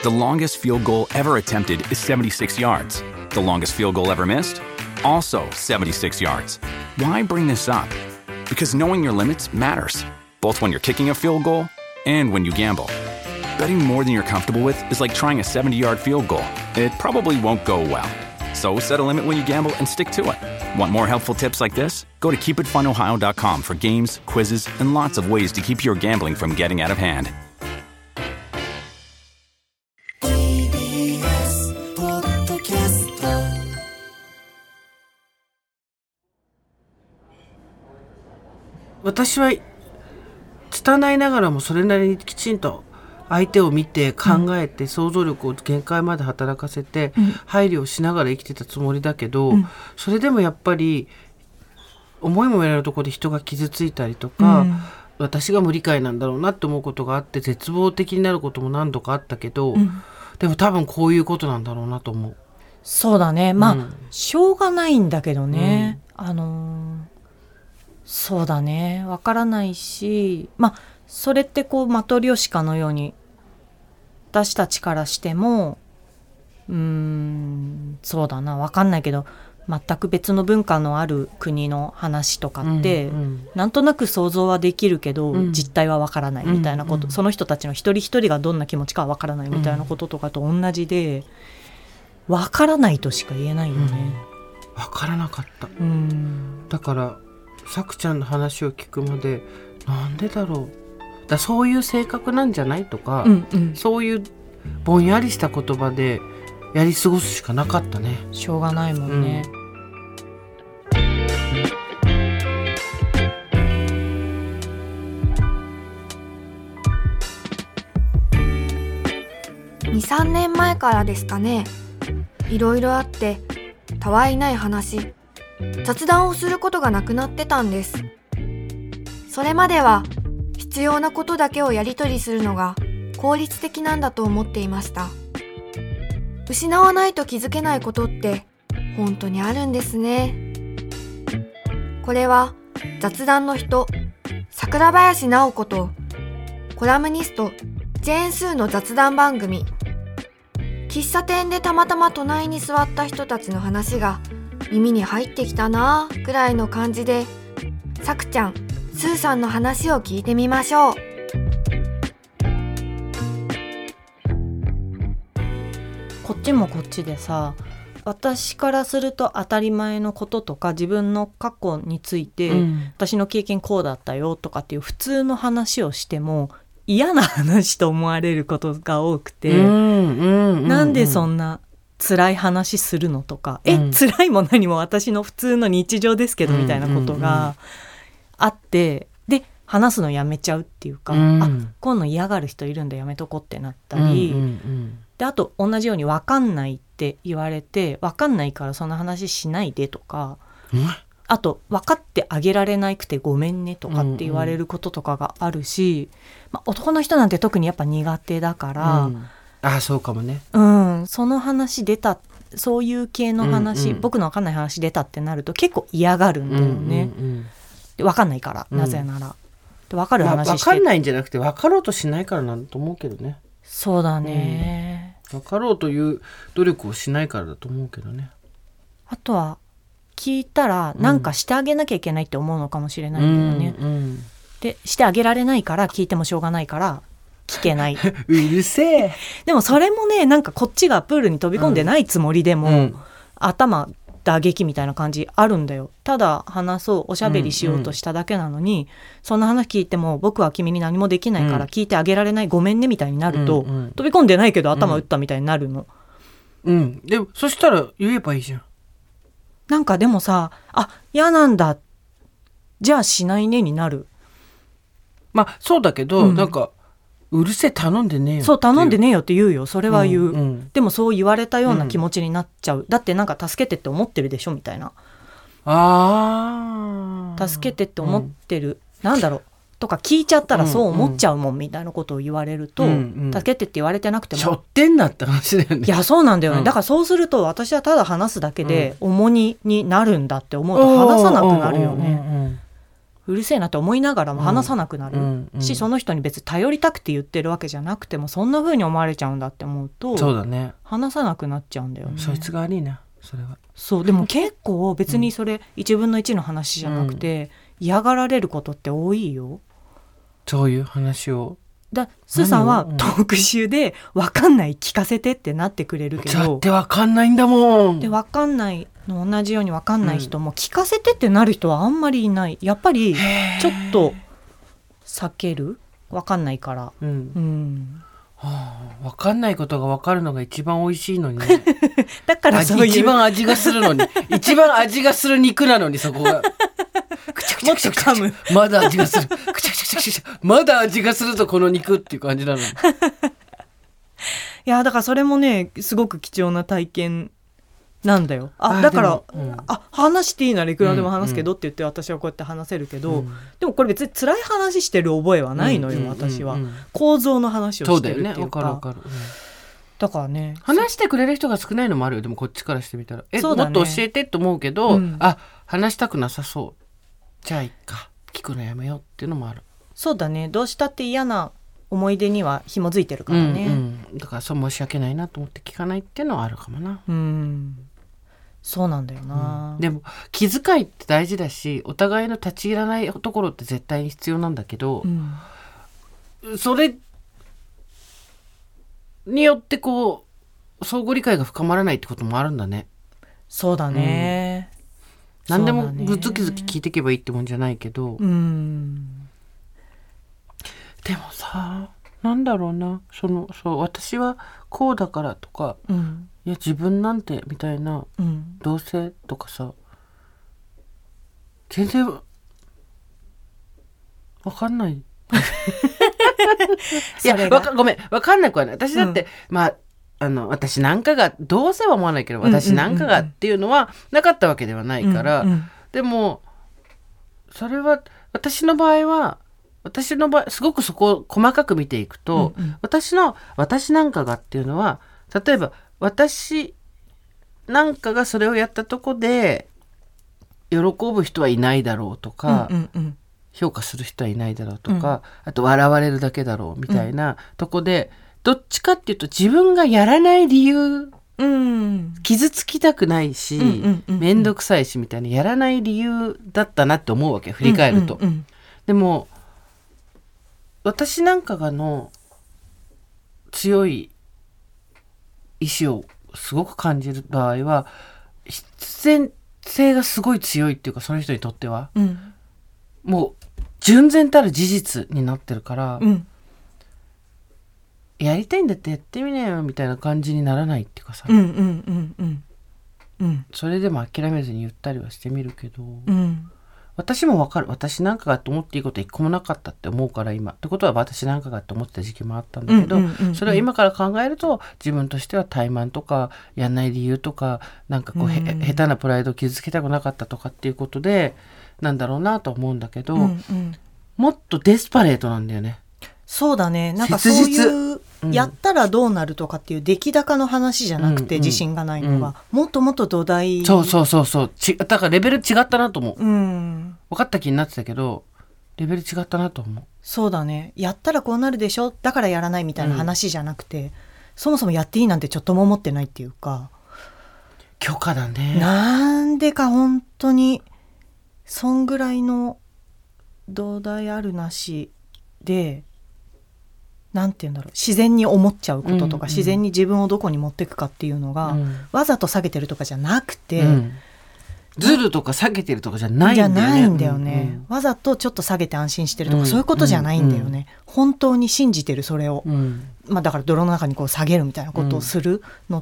The longest field goal ever attempted is 76 yards. The longest field goal ever missed? Also 76 yards. Why bring this up? Because knowing your limits matters, both when you're kicking a field goal and when you gamble. Betting more than you're comfortable with is like trying a 70-yard field goal. It probably won't go well. So set a limit when you gamble and stick to it. Want more helpful tips like this? Go to keepitfunohio.com for games, quizzes, and lots of ways to keep your gambling from getting out of hand. TBS ポッドキャスト。 私は拙いながらもそれなりにきちんと相手を見て考えて、想像力を限界まで働かせて、配慮をしながら生きてたつもりだけど、それでもやっぱり思いもよらないところで人が傷ついたりとか、私が無理解なんだろうなって思うことがあって絶望的になることも何度かあったけど、でも多分こういうことなんだろうなと思う。 そうだね、しょうがないんだけどね、そうだね、わからないし、それってこうマトリョーシカのように私たちからしてもそうだな、わかんないけど全く別の文化のある国の話とかって、なんとなく想像はできるけど、実態はわからないみたいなこと、その人たちの一人一人がどんな気持ちかはわからないみたいなこととかと同じで、わからないとしか言えないよね。 わからなかった。だからさくちゃんの話を聞くまでなんでだろう、そういう性格なんじゃないとか、そういうぼんやりした言葉でやり過ごすしかなかったね。 しょうがないもんね。 2、3年前からですかね。いろいろあってたわいない話、雑談をすることがなくなってたんです。それまでは必要なことだけをやり取りするのが効率的なんだと思っていました。失わないと気づけないことって本当にあるんですね。これは雑談の人、桜林直子とコラムニストジェーン・スーの雑談番組。喫茶店でたまたま隣に座った人たちの話が耳に入ってきたなぁくらいの感じで、さくちゃん、スーさんの話を聞いてみましょう。 こっちもこっちでさ、私からすると当たり前のこととか自分の過去について、私の経験こうだったよとかっていう普通の話をしても嫌な話と思われることが多くて、なんでそんな辛い話するのとか、辛いも何も私の普通の日常ですけどみたいなことがあって、で話すのやめちゃうっていうか、こういうの嫌がる人いるんだ、やめとこってなったり、であと同じように分かんないって言われて、分かんないからそんな話しないでとか、あと分かってあげられなくてごめんねとかって言われることとかがあるし、男の人なんて特にやっぱ苦手だから、 そうかもね。 その話出た、そういう系の話、僕の分かんない話出たってなると結構嫌がるんだよね。で分かんないから、なぜならで分かる話して、 分かんないんじゃなくて分かろうとしないからなんだと思うけどね。 そうだね、 分かろうという努力をしないからだと思うけどね。 あとは聞いたらなんかしてあげなきゃいけないって思うのかもしれないんだよね。でしてあげられないから聞いてもしょうがないから聞けないうるせえ。 でもそれもね、なんかこっちがプールに飛び込んでないつもりでも、頭打撃みたいな感じあるんだよ。ただ話そう、おしゃべりしようとしただけなのに、そんな話聞いても僕は君に何もできないから聞いてあげられない、ごめんねみたいになると、飛び込んでないけど頭打ったみたいになるの。 でもそしたら言えばいいじゃん。 なんかでもさ、嫌なんだ、じゃあしないねになる。 そうだけど、なんかうるせえ、頼んでねえよ。 そう、頼んでねえよって言うよ。それは言う、でもそう言われたような気持ちになっちゃう。だってなんか助けてって思ってるでしょみたいな。助けてって思ってる、なんだろうとか聞いちゃったらそう思っちゃうもんみたいなことを言われると、助けてって言われてなくてもちょってんなって話だよね。 いやそうなんだよね、だからそうすると私はただ話すだけで重荷になるんだって思うと話さなくなるよね。 うるせえなって思いながらも話さなくなる、 し、 その人に別に頼りたくて言ってるわけじゃなくてもそんな風に思われちゃうんだって思うと、 そうだね、 話さなくなっちゃうんだよね。 そいつが悪いなそれは。 そうでも結構別にそれ1分の1の話じゃなくて、嫌がられることって多いよ。 そういう話をスーさんは特集で分かんない聞かせてってなってくれるけど、 だって分かんないんだもん。 で分かんないの同じように分かんない人も聞かせてってなる人はあんまりいない。やっぱりちょっと避ける、分かんないから、 分かんないことが分かるのが一番美味しいのに、ね、 だからそういう一番味がするのに一番味がする肉なのにそこがくちゃくちゃくちゃくちゃまだ味がするくちゃくちゃくちゃくちゃまだ味がするとこの肉っていう感じなのにいやだからそれもねすごく貴重な体験なんだよ。だから、話していいならいくらでも話すけどって言って私はこうやって話せるけど、でもこれ別に辛い話してる覚えはないのよ、私は構造の話をしてるっていうか。 わかる、 だからね話してくれる人が少ないのもあるよ。でもこっちからしてみたらもっと教えてと思うけど、話したくなさそう、じゃあいっか聞くのやめようっていうのもある。 そうだね、どうしたって嫌な思い出には紐づいてるからね、 だからそう申し訳ないなと思って聞かないっていうのはあるかもな。 そうなんだよな、 でも気遣いって大事だし、お互いの立ち入らないところって絶対に必要なんだけど、それによってこう相互理解が深まらないってこともあるんだね。 そうだね、 何でもズキズキ聞いていけばいいってもんじゃないけど、でもさ、なんだろうな、そう私はこうだからとか、いや自分なんてみたいな、どうせとかさ、全然わかんないいやごめん、わかんなくはない。私だって、私なんかがどうせは思わないけど、私なんかがっていうのはなかったわけではないから、でもそれは私の場合すごくそこを細かく見ていくと、私なんかがっていうのは、例えば私なんかがそれをやったとこで喜ぶ人はいないだろうとか、評価する人はいないだろうとか、あと笑われるだけだろうみたいなとこで、どっちかっていうと自分がやらない理由、傷つきたくないし、めんどくさいしみたいなやらない理由だったなって思うわけ、振り返ると。でも私なんかがの強い意志をすごく感じる場合は、必然性がすごい強いっていうか、その人にとっては、もう純然たる事実になってるから、やりたいんだってやってみなよみたいな感じにならないっていうかさ、それでも諦めずに言ったりはしてみるけど、私も分かる。私なんかがと思っていいこと一個もなかったって思うから今。ってことは私なんかがと思ってた時期もあったんだけど、それは今から考えると自分としては怠慢とかやんない理由とか、なんかこう下手なプライドを傷つけたくなかったとかっていうことでなんだろうなと思うんだけど、もっとデスパレートなんだよね。 そうだね、なんかそういうやったらどうなるとかっていう出来高の話じゃなくて、自信がないのが、もっともっと土台、 そうだからレベル違ったなと思う、分かった気になってたけどレベル違ったなと思う。 そうだね、やったらこうなるでしょ、だからやらないみたいな話じゃなくて、そもそもやっていいなんてちょっとも思ってないっていうか、 許可だね。 なんでか本当にそんぐらいの土台あるなしで、なんて言うんだろう、自然に思っちゃうこととか、自然に自分をどこに持っていくかっていうのが、わざと下げてるとかじゃなくて、 ずるとか下げてるとかじゃないんだよね。 じゃないんだよね、わざとちょっと下げて安心してるとか、そういうことじゃないんだよね、本当に信じてるそれを、だから泥の中にこう下げるみたいなことをするのって、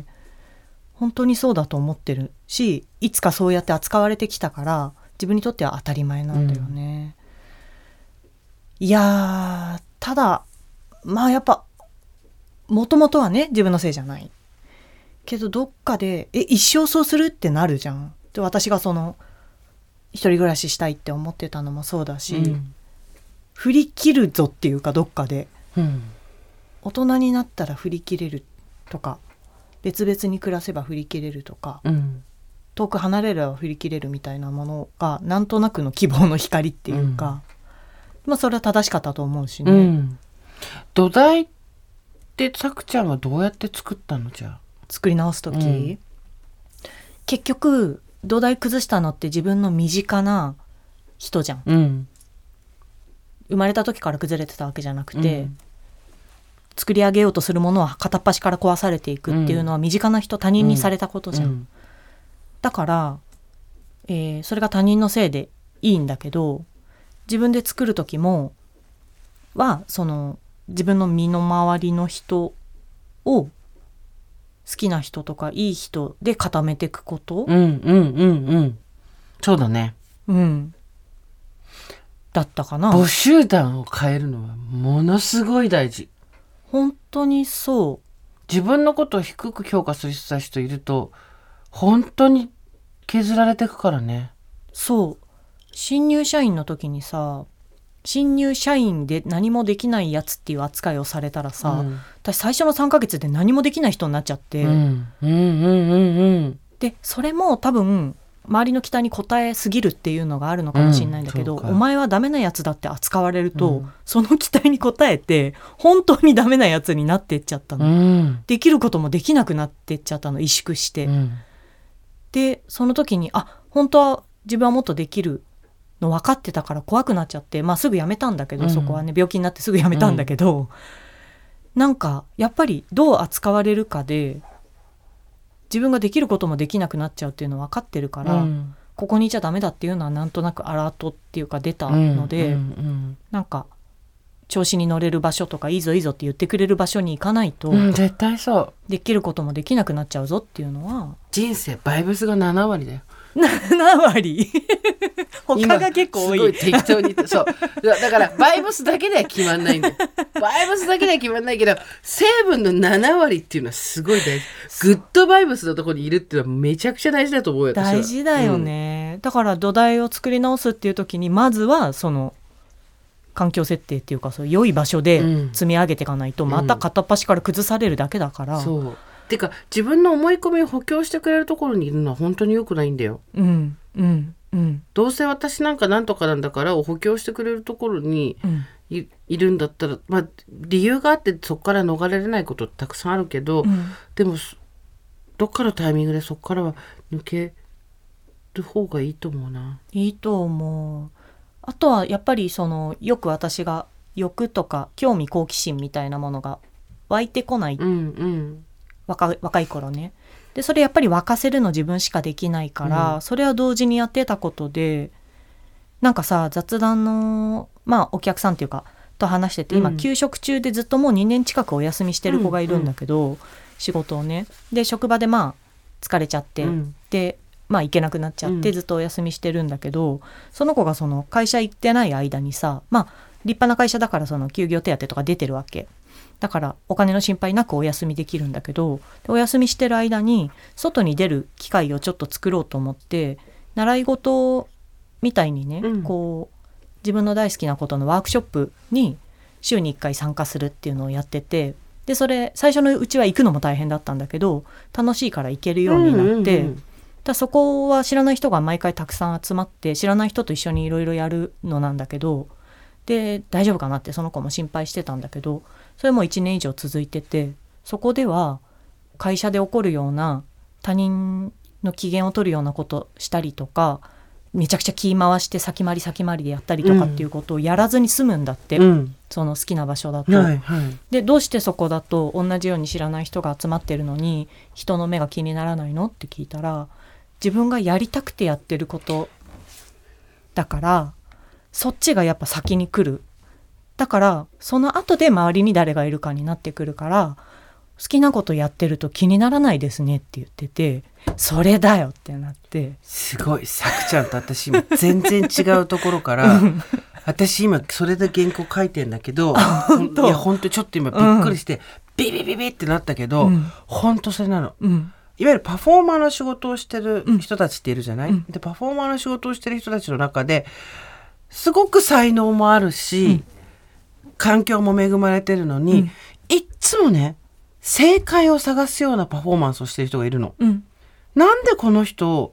本当にそうだと思ってるし、いつかそうやって扱われてきたから自分にとっては当たり前なんだよね、いやただやっぱもともとはね自分のせいじゃないけど、どっかで一生そうするってなるじゃん。で私がその一人暮らししたいって思ってたのもそうだし、振り切るぞっていうか、どっかで、大人になったら振り切れるとか、別々に暮らせば振り切れるとか、 遠く離れれば振り切れるみたいなものがなんとなくの希望の光っていうか、まあそれは正しかったと思うしね、 土台ってさくちゃんはどうやって作ったの？じゃあ作り直す時、結局土台崩したのって自分の身近な人じゃん、生まれた時から崩れてたわけじゃなくて、作り上げようとするものは片っ端から壊されていくっていうのは身近な人、他人にされたことじゃん、だから、それが他人のせいでいいんだけど、自分で作る時もはその自分の身の回りの人を好きな人とかいい人で固めていくこと、 そうだね、 だったかな。 母集団を変えるのはものすごい大事。 本当にそう。 自分のことを低く評価する人たちといると本当に削られていくからね。 そう。新入社員の時にさ、新入社員で何もできないやつっていう扱いをされたらさ、私最初の3ヶ月で何もできない人になっちゃって、でそれも多分周りの期待に応えすぎるっていうのがあるのかもしれないんだけど、お前はダメなやつだって扱われると、その期待に応えて本当にダメなやつになってっちゃったの、できることもできなくなってっちゃったの、萎縮して、でその時に本当は自分はもっとできるの分かってたから怖くなっちゃって、すぐ辞めたんだけど、そこはね病気になってすぐ辞めたんだけど、なんかやっぱりどう扱われるかで自分ができることもできなくなっちゃうっていうの分かってるから、ここにいちゃダメだっていうのはなんとなくアラートっていうか出たので、なんか調子に乗れる場所とかいいぞいいぞって言ってくれる場所に行かないと、 絶対そうできることもできなくなっちゃうぞっていうのは。 人生バイブスが7割だよ。 7割他が結構多い。 すごい適当にそうだからバイブスだけでは決まんないんだよ。バイブスだけでは決まんないけど、成分の7割っていうのはすごい大事。グッドバイブスのところにいるっていうのはめちゃくちゃ大事だと思うよ。 大事だよね、だから土台を作り直すっていう時にまずはその環境設定っていうか、そう良い場所で積み上げていかないと、また片っ端から崩されるだけだから、 そうてか自分の思い込みを補強してくれるところにいるのは本当に良くないんだよ。どうせ私なんかなんとかなんだからを補強してくれるところに いるんだったら、理由があってそこから逃れれないことたくさんあるけど、でもどっかのタイミングでそこからは抜ける方がいいと思うな。いいと思う。あとはやっぱりそのよく私が欲とか興味好奇心みたいなものが湧いてこない、若い頃ね。でそれやっぱり沸かせるの自分しかできないから、それは同時にやってたことで、なんかさ雑談のお客さんっていうかと話してて、今休職中でずっともう2年近くお休みしてる子がいるんだけど、仕事をね、で職場で疲れちゃって、で行けなくなっちゃってずっとお休みしてるんだけど、その子がその会社行ってない間にさ、立派な会社だからその休業手当とか出てるわけだから、お金の心配なくお休みできるんだけど、お休みしてる間に外に出る機会をちょっと作ろうと思って、習い事みたいにね、こう自分の大好きなことのワークショップに週に1回参加するっていうのをやってて、でそれ最初のうちは行くのも大変だったんだけど、楽しいから行けるようになって、そこは知らない人が毎回たくさん集まって、知らない人と一緒にいろいろやるのなんだけど、で大丈夫かなってその子も心配してたんだけど、それも1年以上続いてて、そこでは会社で起こるような他人の機嫌を取るようなことしたりとか、めちゃくちゃ気回して先回りでやったりとかっていうことをやらずに済むんだって、その好きな場所だと、でどうしてそこだと同じように知らない人が集まってるのに人の目が気にならないのって聞いたら、自分がやりたくてやってることだから、そっちがやっぱ先に来る。だからその後で周りに誰がいるかになってくるから、好きなことやってると気にならないですねって言ってて、それだよってなって。 すごい、さくちゃんと私今全然違うところから私今それで原稿書いてんだけど、いや本当ちょっと今びっくりして、ビビビビってなったけど、本当それなの、いわゆるパフォーマーの仕事をしてる人たちっているじゃない、でパフォーマーの仕事をしてる人たちの中ですごく才能もあるし、環境も恵まれてるのに、いっつもね正解を探すようなパフォーマンスをしてる人がいるの、なんでこの人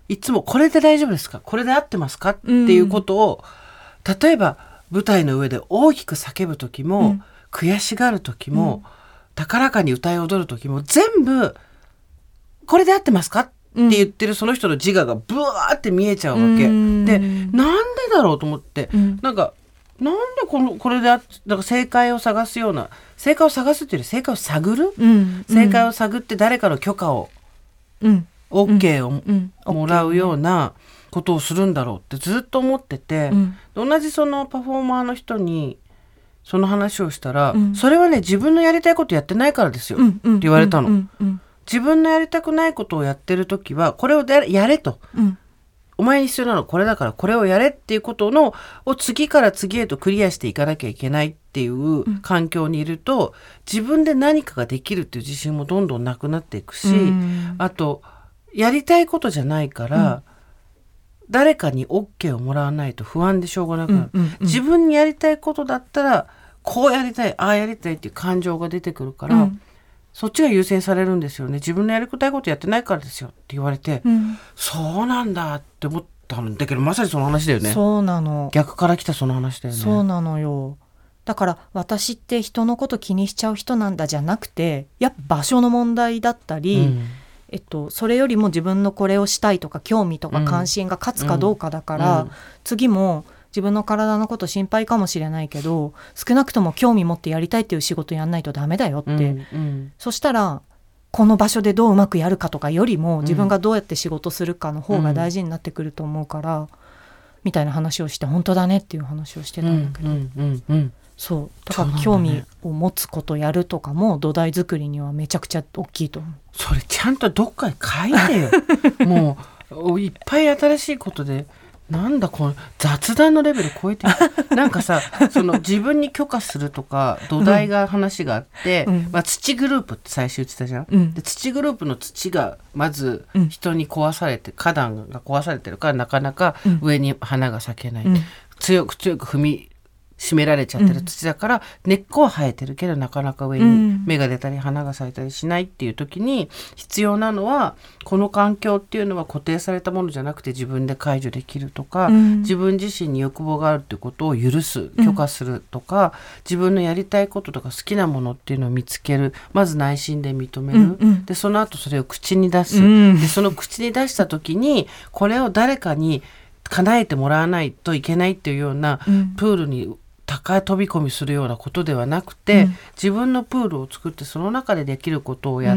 いつもこれで大丈夫ですか、これで合ってますかっていうことを、例えば舞台の上で大きく叫ぶ時も、悔しがる時も、高らかに歌い踊る時も全部これで合ってますかって言ってるその人の自我がブワーって見えちゃうわけ、でなんでだろうと思って、なんでこれでなんか正解を探すような、正解を探すっていうより正解を探る、正解を探って誰かの許可を、OK をもらうようなことをするんだろうってずっと思ってて、同じそのパフォーマーの人にその話をしたら、それはね自分のやりたいことやってないからですよ、って言われたの、自分のやりたくないことをやってるときはこれをやれと、お前に必要なのはこれだからこれをやれっていうことを次から次へとクリアしていかなきゃいけないっていう環境にいると、自分で何かができるっていう自信もどんどんなくなっていくし、あとやりたいことじゃないから、誰かに OK をもらわないと不安でしょうがなくなる、自分にやりたいことだったらこうやりたい、ああやりたいっていう感情が出てくるから、そっちが優先されるんですよね。自分のやりたいことやってないからですよって言われて、そうなんだって思ったんだけど、まさにその話だよね。 そうなの。 逆から来たその話だよね。 そうなのよ。だから私って人のこと気にしちゃう人なんだじゃなくて、やっぱ場所の問題だったり、それよりも自分のこれをしたいとか興味とか関心が勝つかどうかだから、次も自分の体のこと心配かもしれないけど、少なくとも興味持ってやりたいっていう仕事やんないとダメだよって、そしたらこの場所でどううまくやるかとかよりも自分がどうやって仕事するかの方が大事になってくると思うから、みたいな話をして、本当だねっていう話をしてたんだけど、そうだから興味を持つことやるとかも土台作りにはめちゃくちゃ大きいと思う。 それちゃんとどっかに書いてよもういっぱい新しいことで、なんだこの雑談のレベル超えてるなんかさ、その自分に許可するとか土台が話があって、土グループって最初言ってたじゃん、で土グループの土がまず人に壊されて、花壇が壊されてるからなかなか上に花が咲けない、強く踏み締められちゃってる土だから、根っこは生えてるけどなかなか上に芽が出たり花が咲いたりしないっていう時に必要なのは、この環境っていうのは固定されたものじゃなくて自分で解除できるとか、自分自身に欲望があるっていうことを許す、許可するとか、自分のやりたいこととか好きなものっていうのを見つける、まず内心で認める、でその後それを口に出す、でその口に出した時にこれを誰かに叶えてもらわないといけないっていうようなプールに高い飛び込みするようなことではなくて、自分のプールを作ってその中でできることをやって、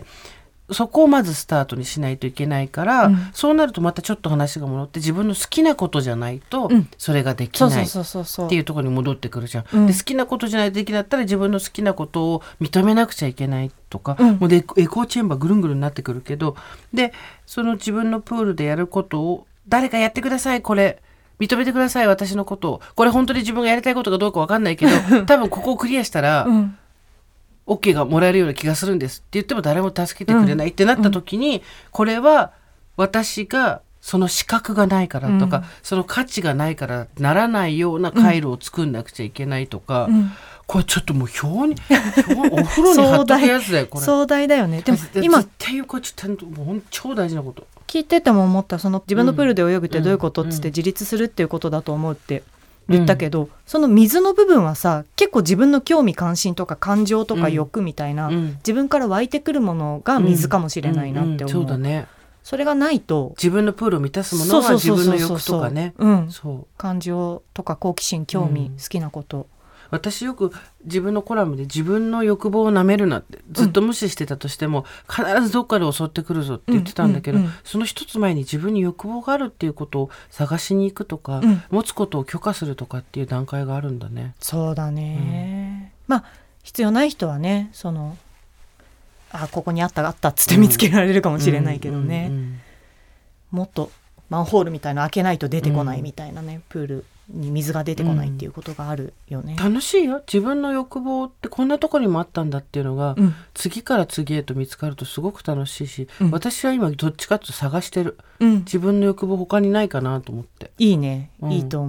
そこをまずスタートにしないといけないから、そうなるとまたちょっと話が戻って、自分の好きなことじゃないとそれができないっていうところに戻ってくるじゃん、で好きなことじゃないとできなかったら自分の好きなことを認めなくちゃいけないとか、もうでエコーチェンバーぐるんぐるになってくるけど、でその自分のプールでやることを誰かやってください、これ認めてください、私のことを、これ本当に自分がやりたいことかどうか分かんないけど多分ここをクリアしたら、OK がもらえるような気がするんですって言っても誰も助けてくれないってなった時に、これは私がその資格がないからとか、その価値がないからならないような回路を作んなくちゃいけないとか、これちょっともう表お風呂に貼っとくやつだよこれ。 壮大だよね。でも今絶対これちょっともう超大事なこと。 聞いてても思った。その自分のプールで泳ぐってどういうことっつって自立するっていうことだと思うって言ったけど、その水の部分はさ、結構自分の興味関心とか感情とか欲みたいな、自分から湧いてくるものが水かもしれないなって思う。 そうだね。 それがないと自分のプールを満たすものは自分の欲とかね、 感情とか好奇心、興味、好きなこと。 私よく自分のコラムで自分の欲望をなめるなってずっと無視してたとしても、必ずどっかで襲ってくるぞって言ってたんだけど、その一つ前に自分に欲望があるっていうことを探しに行くとか、持つことを許可するとかっていう段階があるんだね。 そうだね、まあ必要ない人はね、そのここにあったっつって見つけられるかもしれないけどね、もっとマンホールみたいな開けないと出てこないみたいなね、プールに水が出てこないっていうことがあるよね、 楽しいよ。自分の欲望ってこんなところにもあったんだっていうのが、次から次へと見つかるとすごく楽しいし、私は今どっちかっていうと探してる、自分の欲望他にないかなと思って。 いいね、いいと思う。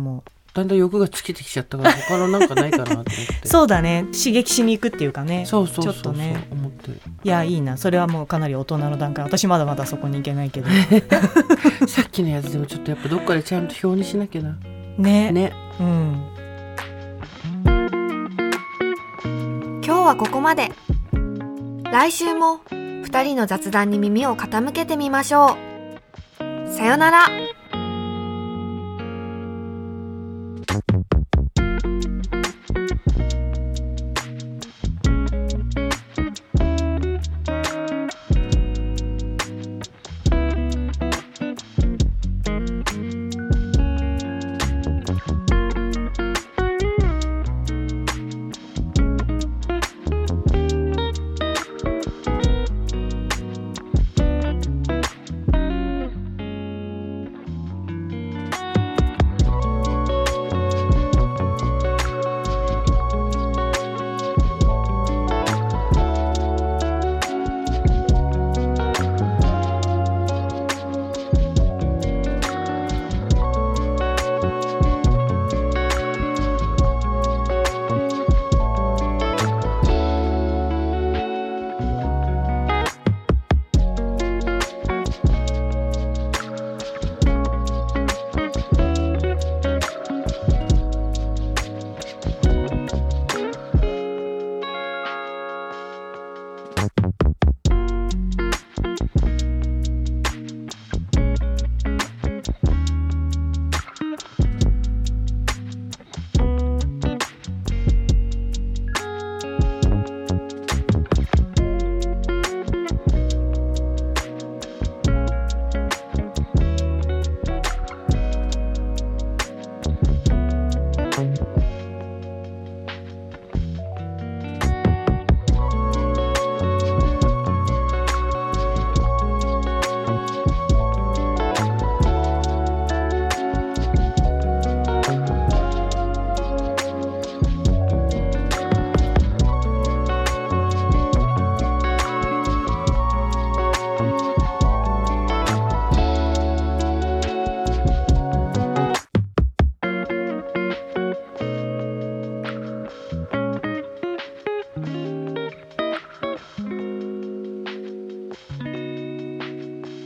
だんだん欲が尽きてきちゃったから他のなんかないかなと思ってそうだね、刺激しに行くっていうかね。 そうそうそうそう、 ちょっとね思ってる。 いやいいな、それはもうかなり大人の段階。私まだまだそこに行けないけどさっきのやつでもちょっとやっぱどっかでちゃんと表にしなきゃなね。うん、 今日はここまで。来週も2人の雑談に耳を傾けてみましょう。さよなら。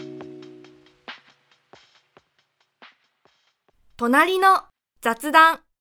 隣の雑談。